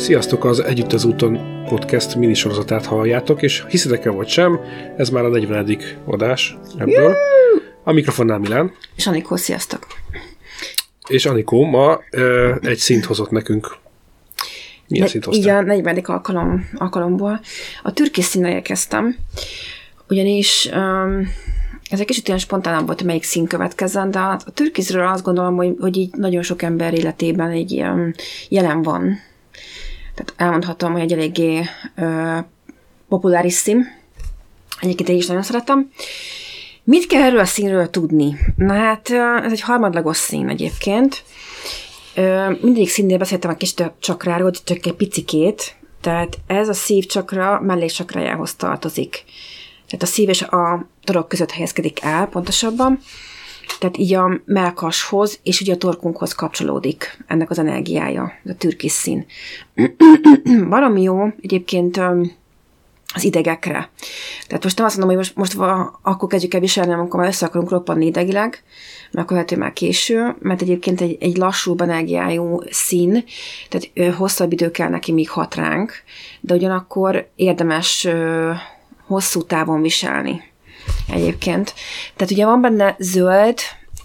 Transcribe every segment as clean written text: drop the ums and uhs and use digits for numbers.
Sziasztok, az Együtt az úton podcast minisorozatát halljátok, és hiszitek-e vagy sem, ez már a 40. adás ebből. A mikrofonnál Milán. És Anikó, sziasztok! És Anikó ma egy színt hozott nekünk. Milyen színt hoztál? Így a 40. alkalomból. A türkisz színnel érkeztem, ugyanis ez egy kicsit olyan spontánabb volt, melyik szín következzen, de a türkiszről azt gondolom, hogy így nagyon sok ember életében egy ilyen jelen van. Tehát elmondhatom, hogy egy eléggé populáris szín. Egyébként én is nagyon szeretem. Mit kell erről a színről tudni? Na hát ez egy harmadlagos szín egyébként. Mindig színnél beszéltem egy kicsit a csakráról, csak egy picikét. Tehát ez a szívcsakra mellékcsakrájához tartozik. Tehát a szív és a torok között helyezkedik el pontosabban. Tehát így a mellkashoz és ugye a torkunkhoz kapcsolódik ennek az energiája, ez a türkisz szín. Valami jó egyébként az idegekre. Tehát most nem azt mondom, hogy most akkor kezdjük el viselni, amikor már össze akarunk roppanni idegileg, mert akkor lehet, hogy már késő, mert egyébként egy lassú energiájú szín, tehát hosszabb idő kell neki, míg hat ránk, de ugyanakkor érdemes hosszú távon viselni egyébként. Tehát ugye van benne zöld,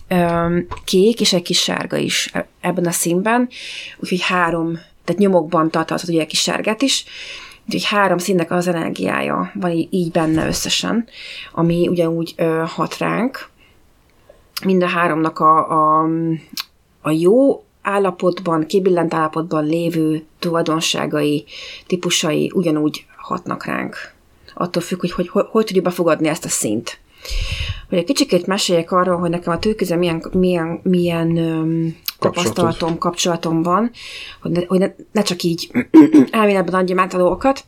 kék és egy kis sárga is ebben a színben, úgyhogy tehát nyomokban tarthatod ugye egy kis sárgát is, úgyhogy 3 színnek az energiája van így benne összesen, ami ugyanúgy hat ránk. Mind a 3-nak a jó állapotban, kibillent állapotban lévő tulajdonságai, típusai ugyanúgy hatnak ránk. Attól függ, hogy tudjuk befogadni ezt a színt. Hogy egy kicsikét meséljek arról, hogy nekem a tőközzel milyen kapcsolatom van, hogy ne csak így elméletben adjam át a dolgokat.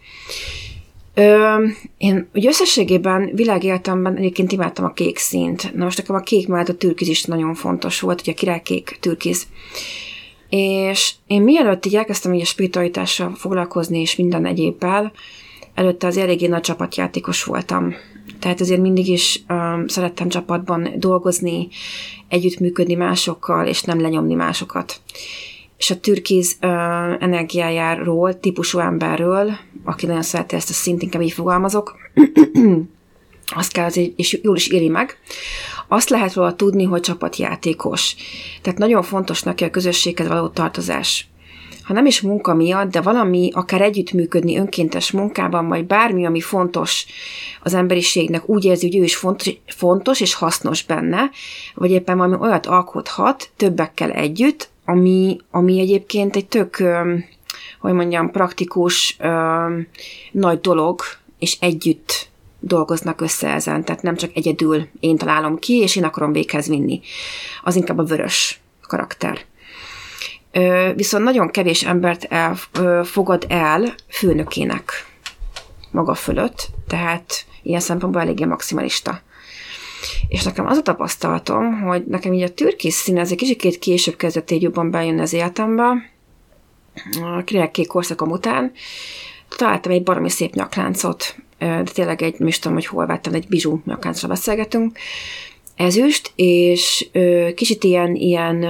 Én ugye összességében világéletemben egyébként imádtam a kék színt. Na most nekem a kék mellett a türkiz is nagyon fontos volt, ugye a királykék türkiz. És én mielőtt így elkezdtem így a spiritualitással foglalkozni és minden egyébbel, előtte az eléggé nagy csapatjátékos voltam. Tehát ezért mindig is szerettem csapatban dolgozni, együttműködni másokkal, és nem lenyomni másokat. És a türkiz energiájáról, típusú emberről, aki nagyon szereti ezt a szint, inkább így fogalmazok, azt kell azért, és jól is éri meg, azt lehet róla tudni, hogy csapatjátékos. Tehát nagyon fontos neki a közösséghez való tartozás. Ha nem is munka miatt, de valami, akár együttműködni önkéntes munkában, vagy bármi, ami fontos az emberiségnek, úgy érzi, hogy ő is fontos és hasznos benne, vagy éppen valami olyat alkothat többekkel együtt, ami egyébként egy tök, praktikus, nagy dolog, és együtt dolgoznak össze ezen, tehát nem csak egyedül én találom ki, és én akarom véghez vinni. Az inkább a vörös karakter. Viszont nagyon kevés embert fogad el főnökének maga fölött, tehát ilyen szempontból eléggé maximalista. És nekem az a tapasztalatom, hogy nekem így a türkisz szín ez egy kicsikét később kezdett így jobban bejönni az életembe, a királykék korszakom után. Találtam egy baromi szép nyakláncot, de tényleg nem is tudom, hogy hol vettem, egy bizsú nyakláncra beszélgetünk. Ezüst, és kicsit ilyen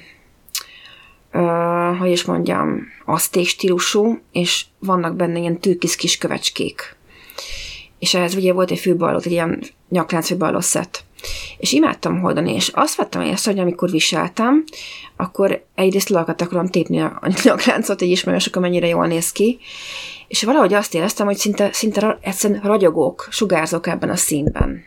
hogy is mondjam, azték stílusú, és vannak benne ilyen türkisz kis kövecskék. És ehhez ugye volt egy fülballó, egy ilyen nyaklánc fülballó szett. És imádtam hordani, és azt vettem észre, hogy amikor viseltem, akkor egyrészt le akarom tépni a nyakláncot, hogy ismerősök, amennyire jól néz ki, és valahogy azt éreztem, hogy szinte egyszerűen ragyogók, sugárzók ebben a színben.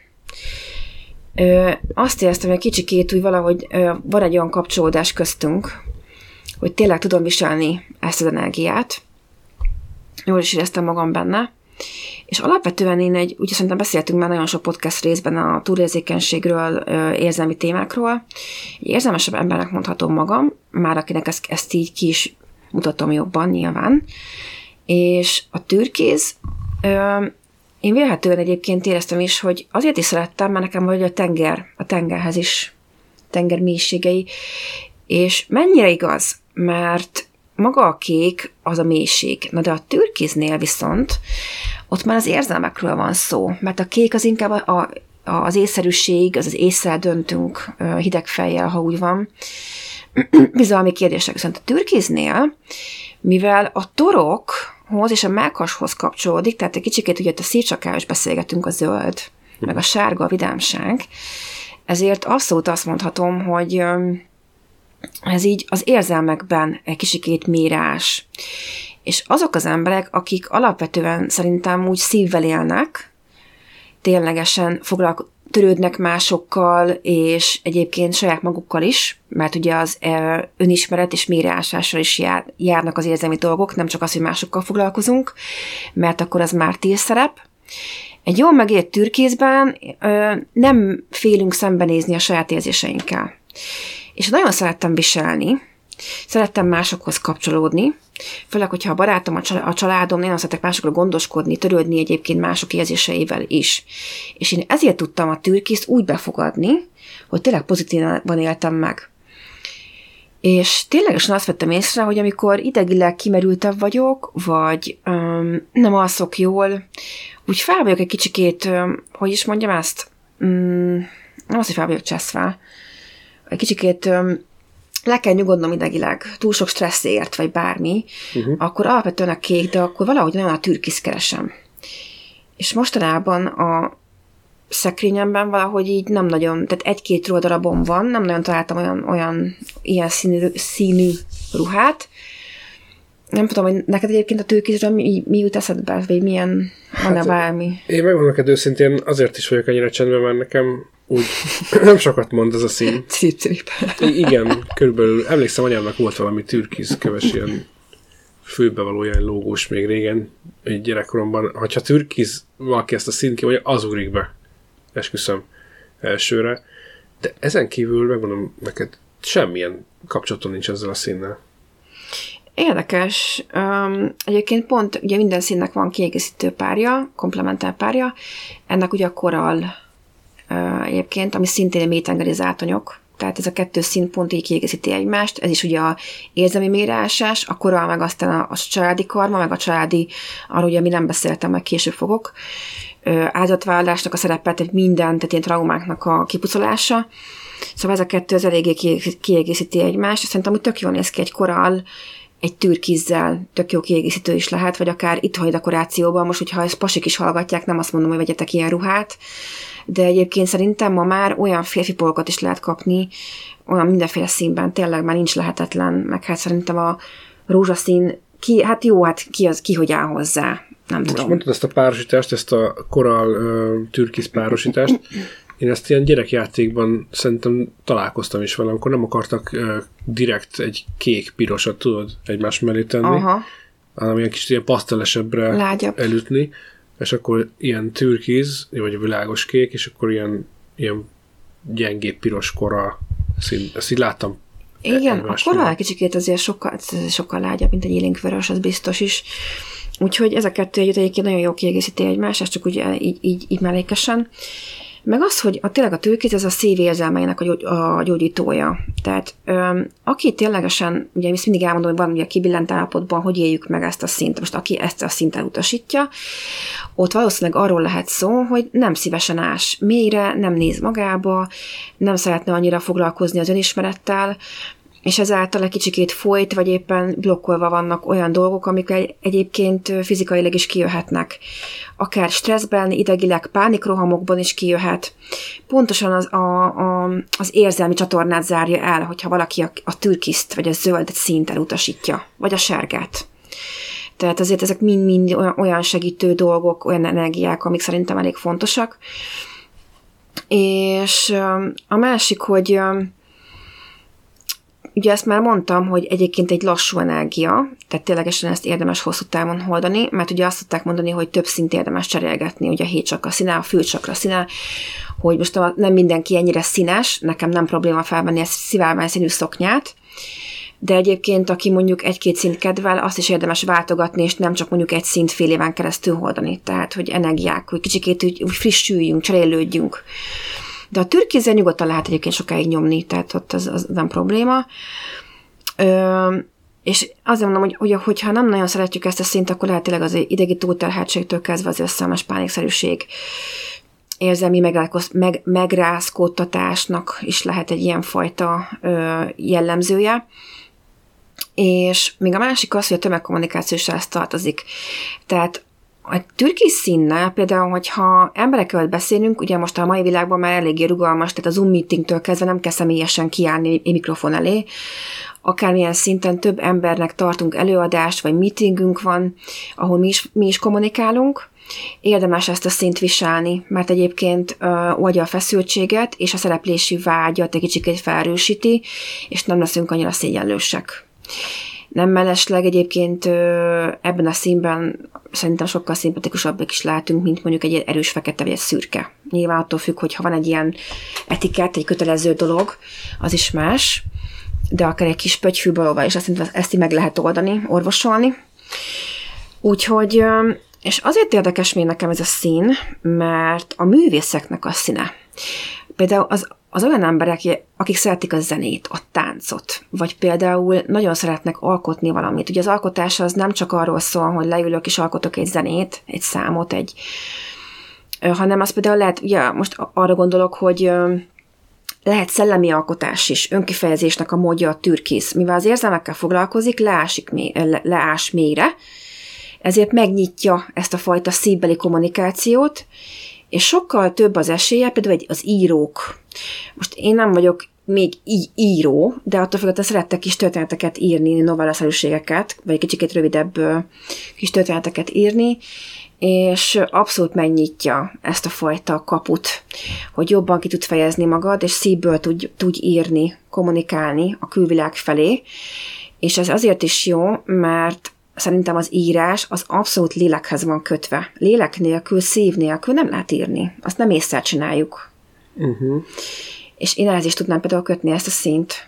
Azt éreztem, hogy kicsikét úgy valahogy van egy olyan kapcsolódás köztünk, hogy tényleg tudom viselni ezt az energiát. Jól is éreztem magam benne. És alapvetően ugye szerintem beszéltünk már nagyon sok podcast részben a túlérzékenységről, érzelmi témákról. Egy érzelmesebb embernek mondhatom magam, már akinek ezt így ki is mutatom jobban nyilván. És a türkiz, én vélhetően egyébként éreztem is, hogy azért is szerettem, mert nekem vagy a tengerhez is, tenger mélységei. És mennyire igaz, mert maga a kék az a mélység. Na de a türkiznél viszont ott már az érzelmekről van szó, mert a kék az inkább az észszerűség, az észszel döntünk hideg fejjel, ha úgy van. Bizalmi kérdések. Viszont a türkiznél mivel a torokhoz és a mellkashoz kapcsolódik, tehát egy kicsikét ugye a szívcsakráról is beszélgetünk, a zöld, meg a sárga, a vidámság, ezért abszolút azt mondhatom, hogy ez így az érzelmekben egy kicsikét mírás. És azok az emberek, akik alapvetően szerintem úgy szívvel élnek, ténylegesen törődnek másokkal, és egyébként saját magukkal is, mert ugye az önismeret és méreásással is járnak az érzelmi dolgok, nem csak az, hogy másokkal foglalkozunk, mert akkor az mártírszerep. Egy jól megélt türkészben nem félünk szembenézni a saját érzéseinkkel. És nagyon szerettem viselni, szerettem másokhoz kapcsolódni, főleg, hogyha a barátom, a családom, én azt szeretek másokról gondoskodni, törődni egyébként mások érzéseivel is. És én ezért tudtam a türkiszt úgy befogadni, hogy tényleg pozitívan éltem meg. És ténylegesen azt vettem észre, hogy amikor idegileg kimerültebb vagyok, vagy nem alszok jól, úgy fel vagyok egy kicsikét, hogy is mondjam ezt? Nem az, hogy fel vagyok cseszve. Egy kicsikét le kell nyugodnom idegileg, túl sok stresszért, vagy bármi, akkor alapvetően a kék, de akkor valahogy nagyon a türkiszt keresem. És mostanában a szekrényemben valahogy így nem nagyon, tehát 1-2 ruhadarabom van, nem nagyon találtam olyan ilyen színű ruhát. Nem tudom, hogy neked egyébként a türkiszről mi jut eszedbe, vagy milyen, van-e bármi? Én megmondom neked őszintén, azért is vagyok ennyire csendben, mert nekem úgy nem sokat mond ez a szín. Igen, körülbelül emlékszem, anyámnak volt valami türkizköves ilyen főbevaló, ilyen lógós még régen, egy gyerekkoromban. Ha türkiz valaki ezt a színt ki, vagy az ugrik be, esküszöm elsőre. De ezen kívül megmondom neked, semmilyen kapcsolatom nincs ezzel a színnel. Érdekes. Egyébként pont, ugye minden színnek van kiegészítő párja, komplementár párja. Ennek ugye a korall egyébként, ami szintén mélytengeri zátonyok. Tehát ez a 2 szín pont így kiegészíti egymást. Ez is ugye a érzelmi mélyreásás, a korall meg aztán a családi karma, meg a családi, arról ugye mi nem beszéltem, meg később fogok. Áldozatvállalásnak a szerepet, tehát minden, tehát ilyen traumáknak a kipucolása. Szóval ez a 2 az eléggé kiegészíti egymást. Szerintem, hogy tök jól néz ki egy korall, egy türkizzel, tök jó kiegészítő is lehet, vagy akár itthoni dekorációban, most, hogyha ezt pasik is hallgatják, nem azt mondom, hogy vegyetek ilyen ruhát, de egyébként szerintem ma már olyan férfi polokat is lehet kapni, olyan mindenféle színben, tényleg már nincs lehetetlen, meg hát szerintem a rózsaszín, ki hogy áll hozzá, nem tudom. Most mondtad ezt a párosítást, ezt a korall türkiz párosítást, én ezt ilyen gyerekjátékban szerintem találkoztam is vele, amikor nem akartak direkt egy kék-pirosat, tudod, egymás mellé tenni, hanem ilyen kicsit ilyen pasztelesebbre elütni, és akkor ilyen türkiz, vagy világos kék, és akkor ilyen gyengébb piros korall szín. Ezt így láttam. Igen, a korall kicsikét azért sokkal lágyabb, mint egy élénkvörös, az biztos is. Úgyhogy ez a 2 egyébként nagyon jó kiegészíti egymást, ez csak úgy így mellékesen. Meg az, hogy tényleg a türkiz, ez a szív érzelmeinek a gyógyítója. Tehát aki ténylegesen, ugye mi mindig elmondom, hogy van ugye kibillent állapotban, hogy éljük meg ezt a szint. Most aki ezt a szinten utasítja, ott valószínűleg arról lehet szó, hogy nem szívesen ás mélyre, nem néz magába, nem szeretne annyira foglalkozni az önismerettel, és ezáltal egy kicsikét folyt, vagy éppen blokkolva vannak olyan dolgok, amik egyébként fizikailag is kijöhetnek. Akár stresszben, idegileg, pánikrohamokban is kijöhet. Pontosan az érzelmi csatornát zárja el, hogyha valaki a türkiszt, vagy a zöldet szint elutasítja, vagy a sárgát. Tehát azért ezek mind olyan segítő dolgok, olyan energiák, amik szerintem elég fontosak. És a másik, hogy ugye ezt már mondtam, hogy egyébként egy lassú energia, tehát ténylegesen ezt érdemes hosszú távon holdani, mert ugye azt szokták mondani, hogy több szint érdemes cserélgetni, ugye a hétcsakra színe, a fülcsakra színe, hogy most nem mindenki ennyire színes, nekem nem probléma felvenni ezt szivárvány színű szoknyát, de egyébként aki mondjuk 1-2 szint kedvel, azt is érdemes váltogatni, és nem csak mondjuk egy szint fél éven keresztül holdani, tehát hogy energiák, hogy kicsikét úgy frissüljünk, cserélődjünk. De a türkizzel nyugodtan lehet egyébként sokáig nyomni, tehát ott az nem probléma. És azért mondom, hogy hogyha nem nagyon szeretjük ezt a szint, akkor lehet tényleg az idegi túlterheltségtől kezdve az összeomlás, pánikszerűség, érzelmi megrázkódtatásnak is lehet egy ilyen fajta jellemzője. és még a másik az, hogy a tömegkommunikáció is ezt tartozik. Tehát a türkisz színnel például, hogyha emberekkel beszélünk, ugye most a mai világban már eléggé rugalmas, tehát a Zoom meetingtől kezdve nem kell személyesen kiállni egy mikrofon elé, akármilyen szinten több embernek tartunk előadást, vagy meetingünk van, ahol mi is kommunikálunk, érdemes ezt a szint viselni, mert egyébként oldja a feszültséget, és a szereplési vágyat egy kicsit felerősíti, és nem leszünk annyira szégyenlősek. Nem mellesleg egyébként ebben a színben szerintem sokkal szimpatikusabbak is látunk, mint mondjuk egy erős fekete vagy egy szürke. Nyilván attól függ, hogy ha van egy ilyen etikett, egy kötelező dolog, az is más, de akár egy kis pöttyfűbalóval is ezt így meg lehet oldani, orvosolni. Úgyhogy, és azért érdekes még nekem ez a szín, mert a művészeknek a színe. Például az olyan emberek, akik szeretik a zenét, a táncot, vagy például nagyon szeretnek alkotni valamit. Ugye az alkotás az nem csak arról szól, hogy leülök és alkotok egy zenét, egy számot, hanem az például lehet, ugye most arra gondolok, hogy lehet szellemi alkotás is, önkifejezésnek a módja a türkisz. Mivel az érzelmekkel foglalkozik, leás mélyre, ezért megnyitja ezt a fajta szívbeli kommunikációt, és sokkal több az esélye, például az írók. Most én nem vagyok még író, de attól függetlenül szerettek kis történeteket írni, novellaszerűségeket, vagy egy kicsit rövidebb kis történeteket írni, és abszolút megnyitja ezt a fajta kaput, hogy jobban ki tud fejezni magad, és szívből tudj írni, kommunikálni a külvilág felé. És ez azért is jó, mert szerintem az írás az abszolút lélekhez van kötve. Lélek nélkül, szív nélkül nem lehet írni. Azt nem észre csináljuk. Uh-huh. És én ehhez is tudnám például kötni ezt a színt.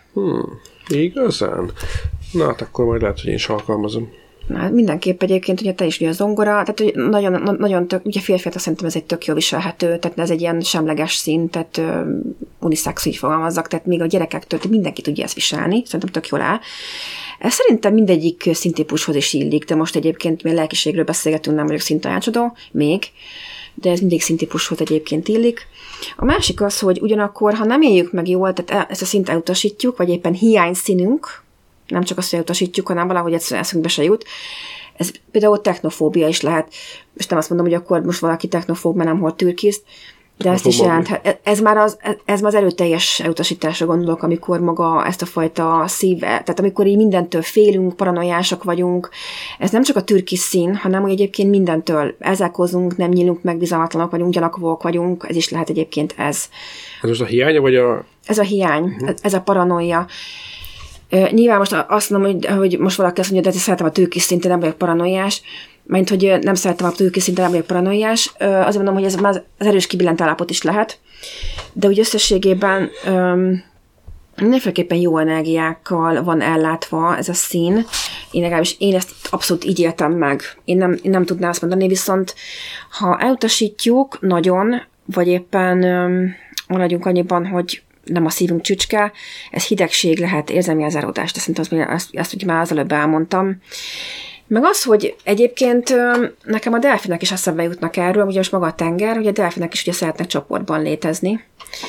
Igazán? Na, hát akkor majd lehet, hogy én is alkalmazom. Na, mindenképp egyébként, ugye te is ugye a zongora, tehát hogy nagyon ugye férfiat szerintem ez egy tök jó viselhető, tehát ez egy ilyen semleges szín, tehát unisex, így fogalmazzak, tehát még a gyerekektől mindenki tudja ezt viselni, szerintem tök jól áll. Ez szerintem mindegyik színtípushoz is illik, de most egyébként mi lelkiségről beszélgetünk, nem vagyok színtanácsadó, még, de ez mindig színtípushoz egyébként illik. A másik az, hogy ugyanakkor, ha nem éljük meg jól, tehát ezt a szint elutasítjuk, vagy éppen hiányszínünk, nem csak azt, hogy elutasítjuk, hanem valahogy eszünkbe se jut. Ez például technofóbia is lehet. És nem azt mondom, hogy akkor most valaki technofób, mert nem hord türkiszt, de ezt is jelent. Ez már az erőteljes elutasításra gondolok, amikor maga ezt a fajta tehát amikor így mindentől félünk, paranoiások vagyunk. Ez nem csak a türkisz szín, hanem hogy egyébként mindentől elzárkózunk, nem nyílunk meg, bizalmatlanok vagyunk, gyanakvók vagyunk. Ez is lehet egyébként ez. Ez most a hiánya, vagy a... Ez a hiány, ez a paranoia. Nyilván most azt mondom, hogy most valaki azt mondja, de szeretem a türkisz szint, nem vagyok paranoiás, mert hogy nem szeretem a türkisz szint, nem vagyok paranoiás. Azért mondom, hogy ez már az erős kibillent állapot is lehet, de úgy összességében mindenféleképpen jó energiákkal van ellátva ez a szín. Én ezt abszolút így éltem meg. Én nem tudnám azt mondani, viszont ha elutasítjuk nagyon, vagy éppen maradjunk annyiban, hogy nem a szívünk csücske, ez hidegség lehet, érzelmi elzáródás, de szerintem ezt ugye már az előbb elmondtam. Meg az, hogy egyébként nekem a delfinek is eszembe jutnak erről, ugye most maga a tenger, hogy a delfinek is ugye szeretnek csoportban létezni,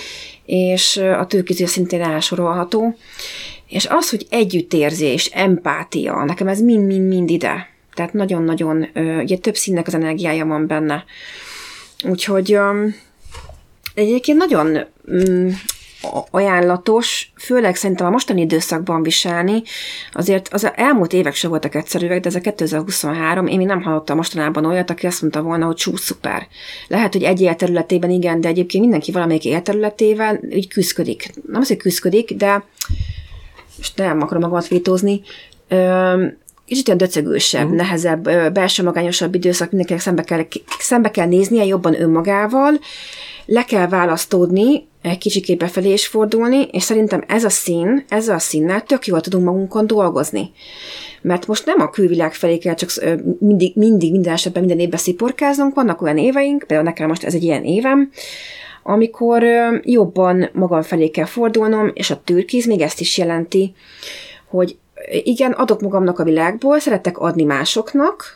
és a türkisz szintén elsorolható, és az, hogy együttérzés, empátia, nekem ez mind ide. Tehát nagyon-nagyon, ugye több színnek az energiája van benne. Úgyhogy egyébként nagyon ajánlatos, főleg szerintem a mostani időszakban viselni, azért az elmúlt évek sem voltak egyszerűek, de ez a 2023, én még nem hallottam mostanában olyat, aki azt mondta volna, hogy szuper. Lehet, hogy egy élterületében igen, de egyébként mindenki valamelyik élterületével így küzdködik. Nem az, hogy küzdködik, de most nem akarom magamat vétózni, kicsit olyan döcögősebb, nehezebb, belső magányosabb időszak, mindenkinek szembe kell néznie jobban önmagával, le kell választódni, egy kicsikét befelé is fordulni, és szerintem ezzel a színnel tök jól tudunk magunkon dolgozni. Mert most nem a külvilág felé kell csak minden esetben minden évben sziporkáznunk, vannak olyan éveink, például nekem most ez egy ilyen évem, amikor jobban magam felé kell fordulnom, és a türkisz még ezt is jelenti, hogy igen, adok magamnak a világból, szeretek adni másoknak,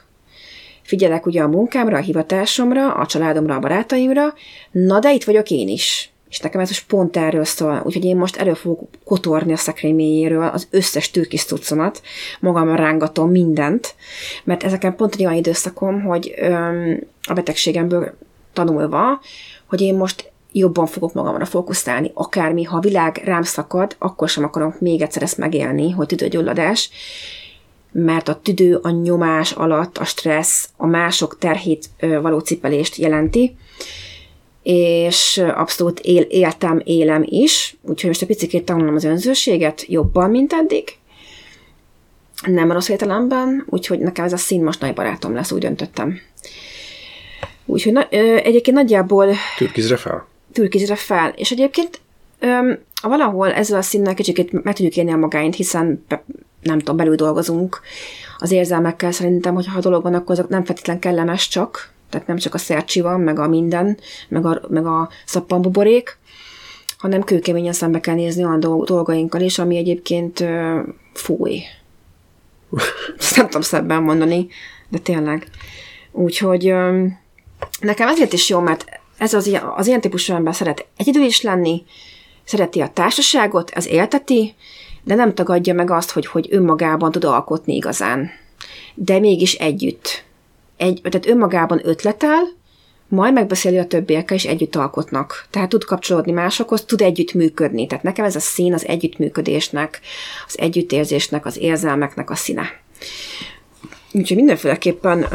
figyelek ugye a munkámra, a hivatásomra, a családomra, a barátaimra, na de itt vagyok én is. És nekem ez most pont erről szól. Úgyhogy én most elő fogok kotorni a szekrény mélyéről az összes türkisz cuccomat, magamra rángatom mindent, mert ezeken pont egy olyan időszakom, hogy a betegségemből tanulva, hogy én most jobban fogok magamra fókuszálni. Akármi, ha a világ rám szakad, akkor sem akarom még egyszer ezt megélni, hogy tüdőgyulladás, mert a tüdő a nyomás alatt a stressz, a mások terhét való cipelést jelenti, és abszolút élem is, úgyhogy most egy picit tanulom az önzőséget jobban, mint eddig. Nem rossz értelemben, úgyhogy nekem ez a szín most nagy barátom lesz, úgy döntöttem. Úgyhogy egyébként nagyjából... Türkizre fel. És egyébként valahol ezzel a színnel kicsit meg tudjuk élni a magányt, hiszen nem tudom, belül dolgozunk az érzelmekkel. Szerintem, hogyha a dolog van, akkor azok nem feltétlenül kellemes csak, tehát nem csak a szercsi van, meg a minden, meg a szappanbuborék, hanem kőkeményen szembe kell nézni olyan dolgainkkal is, ami egyébként fúj. Ezt nem tudom szebben mondani, de tényleg. Úgyhogy nekem ezért is jó, mert ez az ilyen típusú ember szeret egyedül is lenni, szereti a társaságot, ez élteti, de nem tagadja meg azt, hogy önmagában tud alkotni igazán. De mégis együtt. Tehát önmagában ötletel, majd megbeszéli a többiekkel, és együtt alkotnak. Tehát tud kapcsolódni másokhoz, tud együtt működni. Tehát nekem ez a szín az együttműködésnek, az együttérzésnek, az érzelmeknek a színe. Úgyhogy mindenféleképpen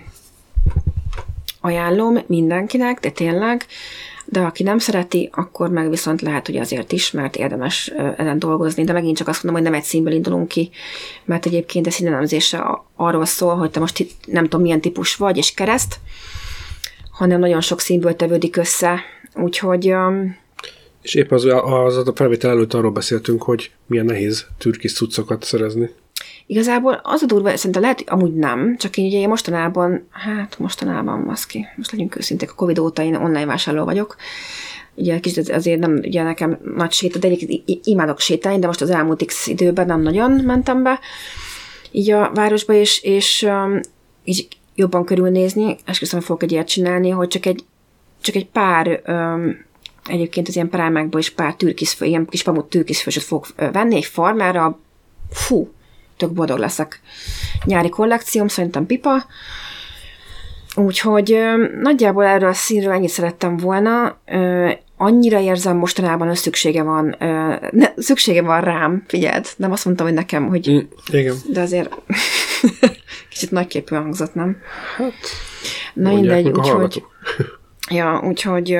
ajánlom mindenkinek, de tényleg, de aki nem szereti, akkor meg viszont lehet, hogy azért is, mert érdemes ezen dolgozni, de megint csak azt mondom, hogy nem egy színből indulunk ki, mert egyébként a színelemzése arról szól, hogy te most nem tudom milyen típus vagy, és kereszt, hanem nagyon sok színből tevődik össze, úgyhogy... És épp az a felvétel előtt arról beszéltünk, hogy milyen nehéz türkisz cuccokat szerezni. Igazából az a durva, szerintem lehet, hogy amúgy nem, csak én ugye mostanában, maszki, most legyünk őszinték, a Covid óta én online vásárló vagyok. Ugye kicsit azért nem, ugye nekem nagy séta, de egyébként imádok sétálni, de most az elmúlt x időben nem nagyon mentem be így a városba, és így jobban körülnézni, esküszöm, fogok egy ilyet csinálni, hogy csak egy pár egyébként az ilyen prámákból is pár ilyen kis pamut türkiszfősöt fogok venni, egy farmára, tök boldog leszek. Nyári kollekcióm, szerintem pipa. Úgyhogy nagyjából erről a színről ennyit szerettem volna. Annyira érzem mostanában, hogy szüksége van rám, figyeld. Nem azt mondtam, hogy nekem, hogy... Igen. De azért kicsit nagyképűen hangzott, nem? Hát, na mindegy, úgyhogy... úgyhogy...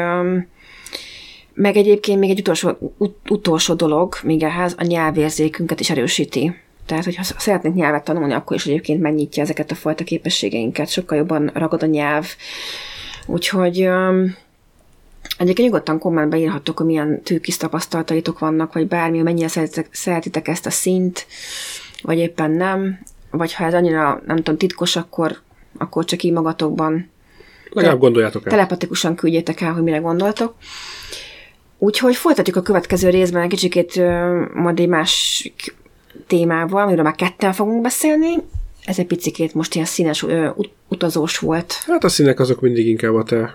meg egyébként még egy utolsó dolog, még ehhez a nyelvérzékünket is erősíti. Tehát, hogyha szeretnénk nyelvet tanulni, akkor is egyébként megnyitja ezeket a fajta képességeinket, sokkal jobban ragad a nyelv. Úgyhogy egyébként nyugodtan kommentbe írhattok, hogy milyen türkisz tapasztalataitok vannak, vagy bármi, mennyire szeretitek ezt a színt, vagy éppen nem, vagy ha ez annyira, nem tudom, titkos, akkor csak így magatokban legalább gondoljátok el. Telepatikusan küldjétek el, hogy mire gondoltok. Úgyhogy folytatjuk a következő részben egy kicsikét majd egy másik témával, amiről már ketten fogunk beszélni. Ez egy picikét most ilyen színes utazós volt. Hát a színek azok mindig inkább a te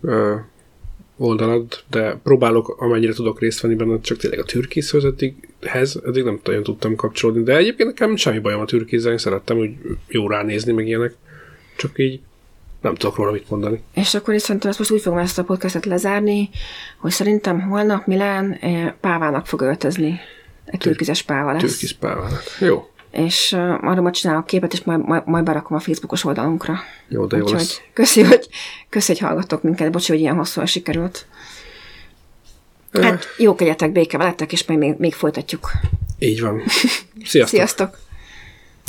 oldalad, de próbálok, amennyire tudok részt venni benne, csak tényleg a türkiszhöz eddig nem nagyon tudtam kapcsolódni, de egyébként nekem semmi bajom a türkizzel, én szerettem úgy jó ránézni, meg ilyenek. Csak így nem tudok róla mit mondani. És akkor is szerintem most úgy fogom ezt a podcastet lezárni, hogy szerintem holnap Milán pávának fog öltözni. Egy türkizes páva lesz. Türkisz pávának. Jó. És arra majd csinálok képet, és majd berakom a Facebookos oldalunkra. Jó, de jó lesz. Köszi, hogy hallgattok minket. Bocsi, hogy ilyen hosszúan sikerült. Hát jó kegyetek, béke veletek, és még folytatjuk. Így van. Sziasztok! Sziasztok!